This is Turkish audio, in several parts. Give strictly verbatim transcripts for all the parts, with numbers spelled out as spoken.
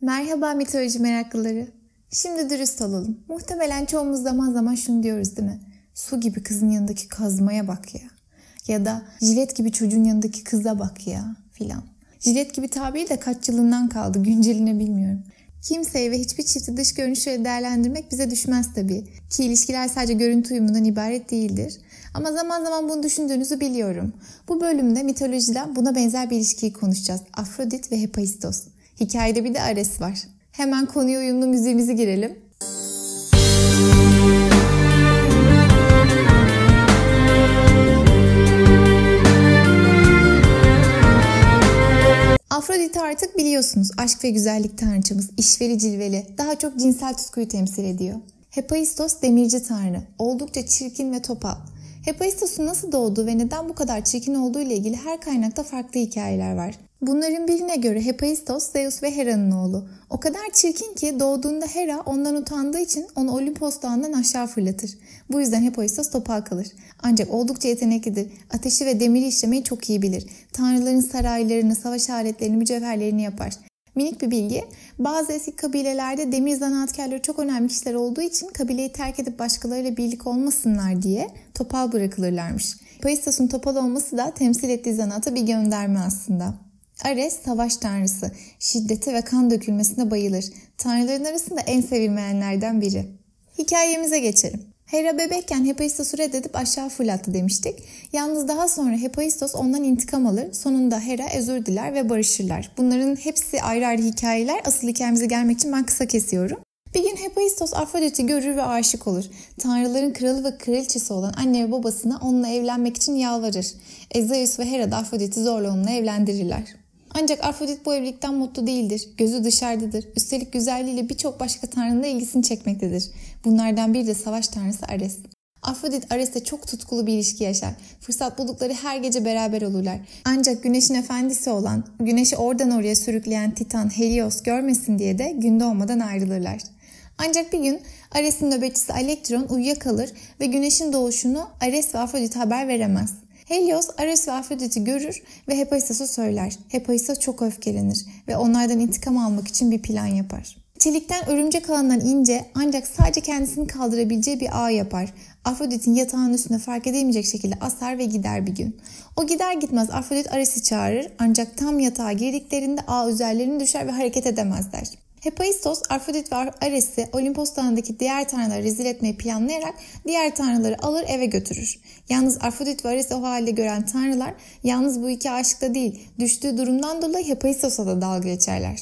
Merhaba mitoloji meraklıları. Şimdi dürüst olalım. Muhtemelen çoğumuz zaman zaman şunu diyoruz değil mi? Su gibi kızın yanındaki kazmaya bak ya. Ya da jilet gibi çocuğun yanındaki kıza bak ya filan. Jilet gibi tabiri de kaç yılından kaldı, günceline bilmiyorum. Kimseyi ve hiçbir çifti dış görünüşüyle değerlendirmek bize düşmez tabii. Ki ilişkiler sadece görüntü uyumundan ibaret değildir. Ama zaman zaman bunu düşündüğünüzü biliyorum. Bu bölümde mitolojiden buna benzer bir ilişkiyi konuşacağız. Afrodit ve Hephaistos. Hikayede bir de Ares var. Hemen konuya uyumlu müziğimizi girelim. Afrodit'i artık biliyorsunuz. Aşk ve güzellik tanrıçamız, işveli cilveli, daha çok cinsel tutkuyu temsil ediyor. Hephaistos demirci tanrı, oldukça çirkin ve topal. Hephaistos'un nasıl doğduğu ve neden bu kadar çirkin olduğu ile ilgili her kaynakta farklı hikayeler var. Bunların birine göre Hephaistos, Zeus ve Hera'nın oğlu. O kadar çirkin ki doğduğunda Hera ondan utandığı için onu Olimpos dağından aşağı fırlatır. Bu yüzden Hephaistos topal kalır. Ancak oldukça yeteneklidir. Ateşi ve demiri işlemeyi çok iyi bilir. Tanrıların saraylarını, savaş aletlerini, mücevherlerini yapar. Minik bir bilgi, bazı eski kabilelerde demir zanaatkarları çok önemli kişiler olduğu için kabileyi terk edip başkalarıyla birlik olmasınlar diye topal bırakılırlarmış. Hephaistos'un topal olması da temsil ettiği zanaata bir gönderme aslında. Ares savaş tanrısı, şiddete ve kan dökülmesine bayılır. Tanrıların arasında en sevilmeyenlerden biri. Hikayemize geçelim. Hera bebekken Hephaistos'u reddedip aşağı fırlattı demiştik. Yalnız daha sonra Hephaistos ondan intikam alır. Sonunda Hera özür diler ve barışırlar. Bunların hepsi ayrı ayrı hikayeler. Asıl hikayemize gelmek için ben kısa kesiyorum. Bir gün Hephaistos Afrodit'i görür ve aşık olur. Tanrıların kralı ve kraliçesi olan anne ve babasına onunla evlenmek için yalvarır. E, Zeus ve Hera da Afrodit'i zorla onunla evlendirirler. Ancak Afrodit bu evlilikten mutlu değildir. Gözü dışarıdadır. Üstelik güzelliğiyle birçok başka tanrının da ilgisini çekmektedir. Bunlardan biri de savaş tanrısı Ares. Afrodit Ares'le çok tutkulu bir ilişki yaşar. Fırsat buldukları her gece beraber olurlar. Ancak güneşin efendisi olan, güneşi oradan oraya sürükleyen Titan Helios görmesin diye de gün doğmadan ayrılırlar. Ancak bir gün Ares'in nöbetçisi Elektron uyuyakalır ve güneşin doğuşunu Ares ve Afrodit'e haber veremez. Helios, Ares ve Afrodit'i görür ve Hephaistos'a söyler. Hephaistos çok öfkelenir ve onlardan intikam almak için bir plan yapar. Çelikten örümcek ağından ince ancak sadece kendisini kaldırabileceği bir ağ yapar. Afrodit'in yatağının üstünde fark edilmeyecek şekilde asar ve gider bir gün. O gider gitmez Afrodit Ares'i çağırır ancak tam yatağa girdiklerinde ağ üzerlerine düşer ve hareket edemezler. Hephaistos, Afrodit ve Ares'i Olimpos dağındaki diğer tanrıları rezil etmeyi planlayarak diğer tanrıları alır eve götürür. Yalnız Afrodit ve Ares'i o halde gören tanrılar yalnız bu iki aşıkta değil, düştüğü durumdan dolayı Hephaistos'a da dalga geçerler.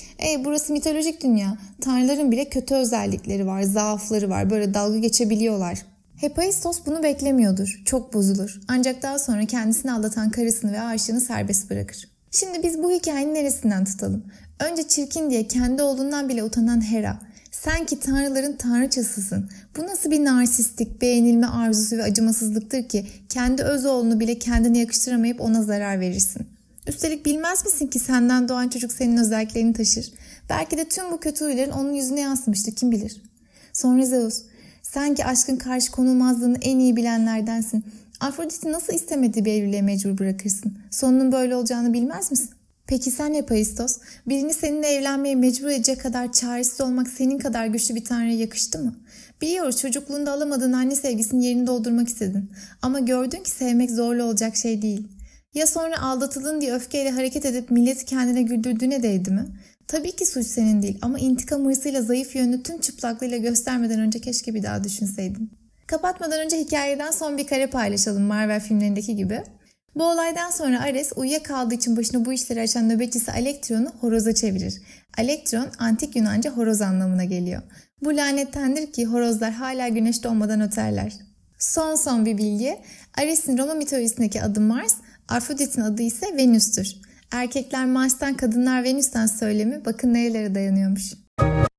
E burası mitolojik dünya. Tanrıların bile kötü özellikleri var, zaafları var. Böyle dalga geçebiliyorlar. Hephaistos bunu beklemiyordur. Çok bozulur. Ancak daha sonra kendisini aldatan karısını ve aşığını serbest bırakır. Şimdi biz bu hikayenin neresinden tutalım? Önce çirkin diye kendi oğlundan bile utanan Hera. Sen ki tanrıların tanrıçasısın. Bu nasıl bir narsistik, beğenilme arzusu ve acımasızlıktır ki kendi öz oğlunu bile kendine yakıştıramayıp ona zarar verirsin. Üstelik bilmez misin ki senden doğan çocuk senin özelliklerini taşır. Belki de tüm bu kötü huyların onun yüzüne yansımıştır, kim bilir. Sonra Zeus, sen ki aşkın karşı konulmazlığını en iyi bilenlerdensin. Afrodit'i nasıl istemediği bir evliliğe mecbur bırakırsın? Sonunun böyle olacağını bilmez misin? Peki sen Hephaistos, birini seninle evlenmeye mecbur edecek kadar çaresiz olmak senin kadar güçlü bir tanrıya yakıştı mı? Biliyoruz çocukluğunda alamadığın anne sevgisinin yerini doldurmak istedin. Ama gördün ki sevmek zorlu olacak şey değil. Ya sonra aldatıldın diye öfkeyle hareket edip milleti kendine güldürdüğüne değdi mi? Tabii ki suç senin değil ama intikam hırsıyla zayıf yönünü tüm çıplaklığıyla göstermeden önce keşke bir daha düşünseydin. Kapatmadan önce hikayeden son bir kare paylaşalım Marvel filmlerindeki gibi. Bu olaydan sonra Ares uyuyakaldığı için başına bu işleri açan nöbetçisi Elektron'u horoza çevirir. Elektron antik Yunanca horoz anlamına geliyor. Bu lanettendir ki horozlar hala güneş doğmadan öterler. Son son bir bilgi. Ares'in Roma mitolojisindeki adı Mars, Afrodit'in adı ise Venüs'tür. Erkekler Mars'tan, kadınlar Venüs'ten söylemi bakın nerelere dayanıyormuş.